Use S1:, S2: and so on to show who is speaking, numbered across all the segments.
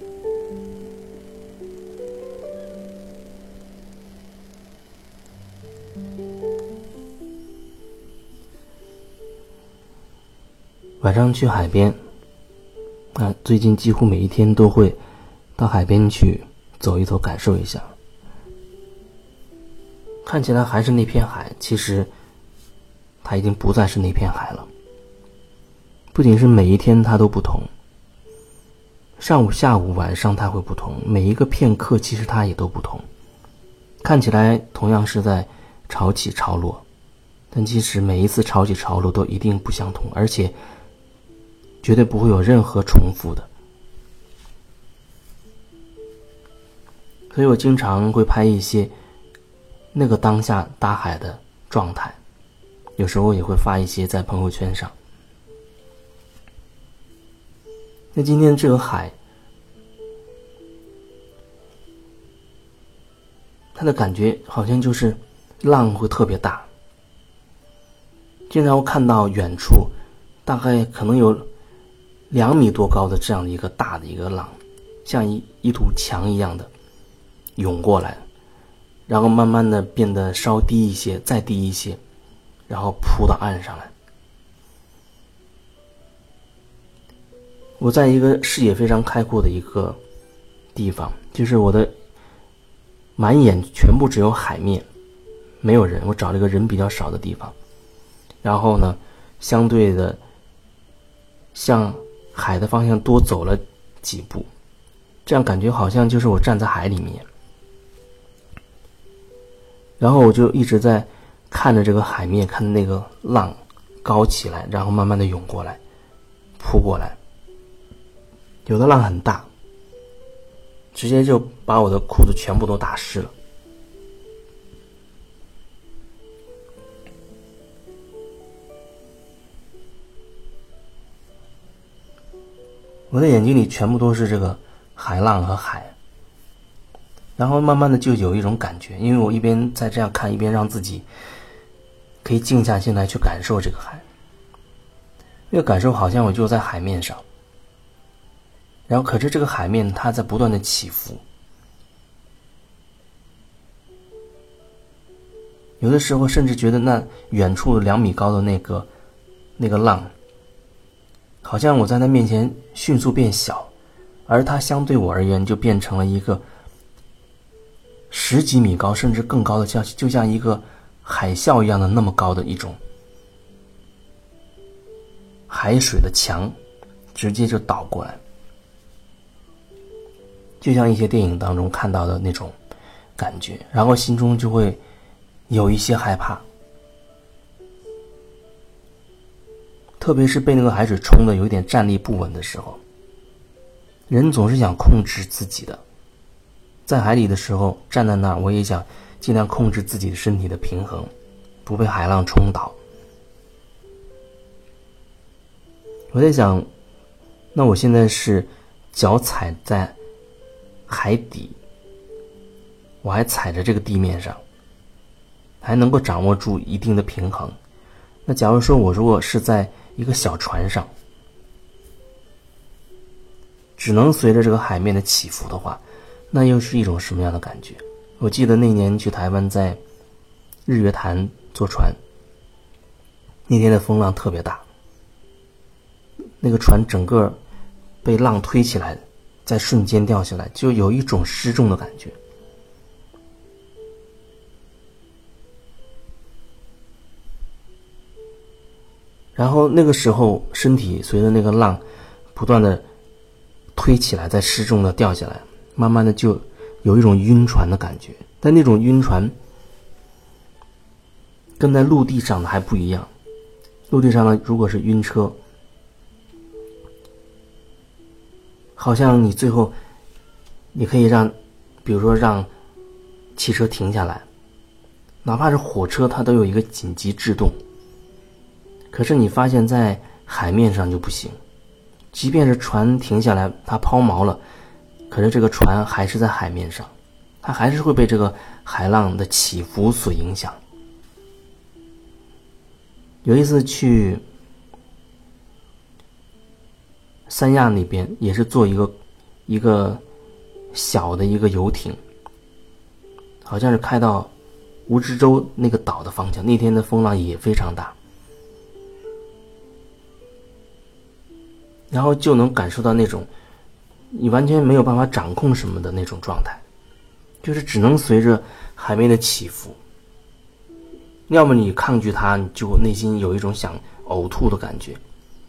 S1: 晚上去海边，最近几乎每一天都会到海边去走一走，感受一下。看起来还是那片海，其实它已经不再是那片海了。不仅是每一天它都不同，上午、下午、晚上它会不同，每一个片刻其实它也都不同。看起来同样是在潮起潮落，但其实每一次潮起潮落都一定不相同，而且绝对不会有任何重复的。所以我经常会拍一些那个当下大海的状态，有时候也会发一些在朋友圈上。那今天这个海，它的感觉好像就是浪会特别大，经常会看到远处大概可能有2米多高的这样的一个大的一个浪，像一堵墙一样的涌过来，然后慢慢的变得稍低一些，再低一些，然后扑到岸上来。我在一个视野非常开阔的一个地方，就是我的满眼全部只有海面，没有人，我找了一个人比较少的地方，然后呢相对的向海的方向多走了几步，这样感觉好像就是我站在海里面。然后我就一直在看着这个海面，看那个浪高起来，然后慢慢的涌过来，扑过来。有的浪很大，直接就把我的裤子全部都打湿了。我的眼睛里全部都是这个海浪和海，然后慢慢的就有一种感觉，因为我一边在这样看，一边让自己可以静下心来去感受这个海。那个感受好像我就在海面上，然后可是这个海面它在不断的起伏，有的时候甚至觉得那远处2米高的那个浪，好像我在那面前迅速变小，而它相对我而言就变成了一个10几米高甚至更高的，就像一个海啸一样的那么高的一种海水的墙，直接就倒过来，就像一些电影当中看到的那种感觉，然后心中就会有一些害怕，特别是被那个海水冲得有点站立不稳的时候，人总是想控制自己的。在海里的时候站在那儿，我也想尽量控制自己的身体的平衡，不被海浪冲倒。我在想，那我现在是脚踩在海底，我还踩着这个地面上，还能够掌握住一定的平衡。那假如说我如果是在一个小船上，只能随着这个海面的起伏的话，那又是一种什么样的感觉？我记得那年去台湾，在日月潭坐船，那天的风浪特别大，那个船整个被浪推起来，在瞬间掉下来，就有一种失重的感觉。然后那个时候身体随着那个浪不断的推起来，再失重的掉下来，慢慢的就有一种晕船的感觉。但那种晕船跟在陆地上的还不一样，陆地上的如果是晕车，好像你最后你可以比如说让汽车停下来，哪怕是火车它都有一个紧急制动，可是你发现在海面上就不行，即便是船停下来它抛锚了，可是这个船还是在海面上，它还是会被这个海浪的起伏所影响。有一次去三亚那边，也是坐一个一个小的一个游艇，好像是开到蜈支洲那个岛的方向，那天的风浪也非常大，然后就能感受到那种你完全没有办法掌控什么的那种状态，就是只能随着海面的起伏，要么你抗拒它，你就内心有一种想呕吐的感觉，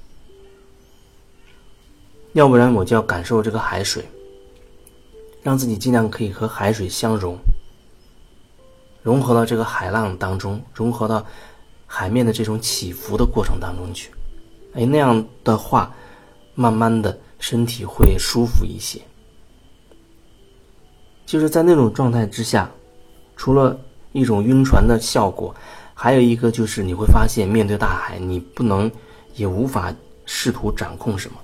S1: 要不然我就要感受这个海水，让自己尽量可以和海水相融，融合到这个海浪当中，融合到海面的这种起伏的过程当中去。那样的话慢慢的身体会舒服一些。就是在那种状态之下，除了一种晕船的效果，还有一个就是你会发现面对大海，你不能也无法试图掌控什么。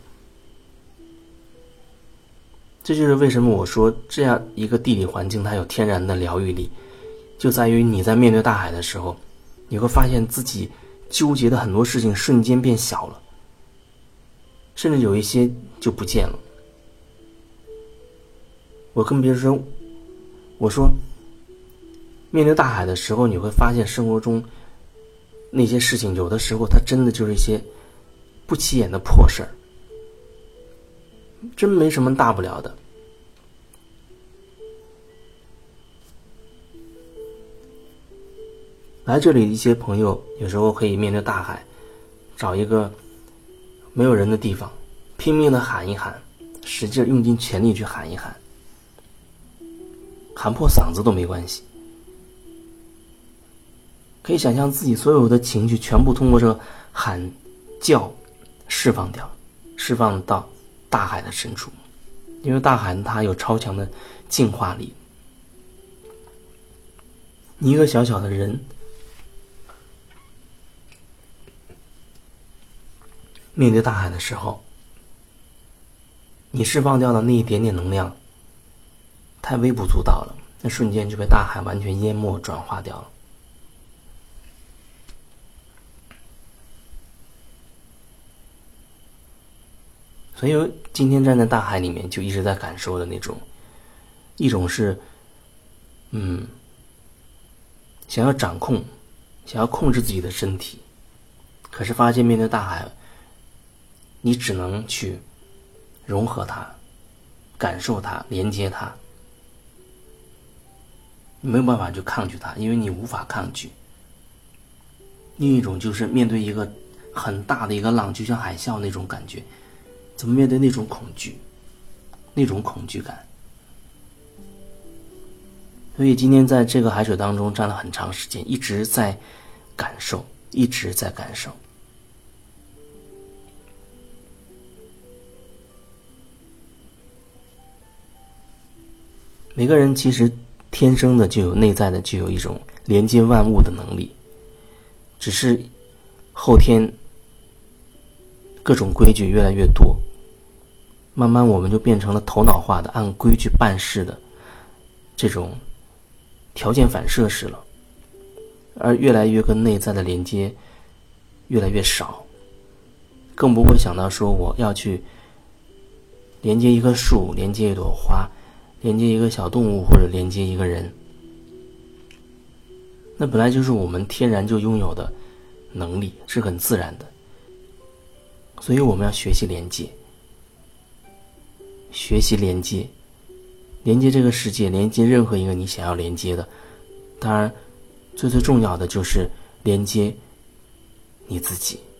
S1: 这就是为什么我说这样一个地理环境它有天然的疗愈力，就在于你在面对大海的时候，你会发现自己纠结的很多事情瞬间变小了，甚至有一些就不见了。我跟别人说，我说面对大海的时候，你会发现生活中那些事情有的时候它真的就是一些不起眼的破事儿，真没什么大不了的。来这里一些朋友有时候可以面对大海，找一个没有人的地方，拼命的喊一喊，使劲用尽全力去喊一喊，喊破嗓子都没关系。可以想象自己所有的情绪全部通过这个喊叫释放掉，释放到大海的深处，因为大海它有超强的净化力。你一个小小的人，面对大海的时候，你释放掉的那一点点能量太微不足道了，那瞬间就被大海完全淹没转化掉了。所以今天站在大海里面就一直在感受的那种，一种是想要掌控，想要控制自己的身体，可是发现面对大海，你只能去融合它，感受它，连接它，你没有办法去抗拒它，因为你无法抗拒。另一种就是面对一个很大的一个浪，就像海啸那种感觉，怎么面对那种恐惧，那种恐惧感。所以今天在这个海水当中站了很长时间，一直在感受，一直在感受。每个人其实天生的就有内在的就有一种连接万物的能力，只是后天各种规矩越来越多，慢慢我们就变成了头脑化的按规矩办事的这种条件反射式了，而越来越跟内在的连接越来越少，更不会想到说我要去连接一棵树，连接一朵花，连接一个小动物，或者连接一个人。那本来就是我们天然就拥有的能力，是很自然的。所以我们要学习连接，学习连接，连接这个世界，连接任何一个你想要连接的。当然最重要的就是连接你自己。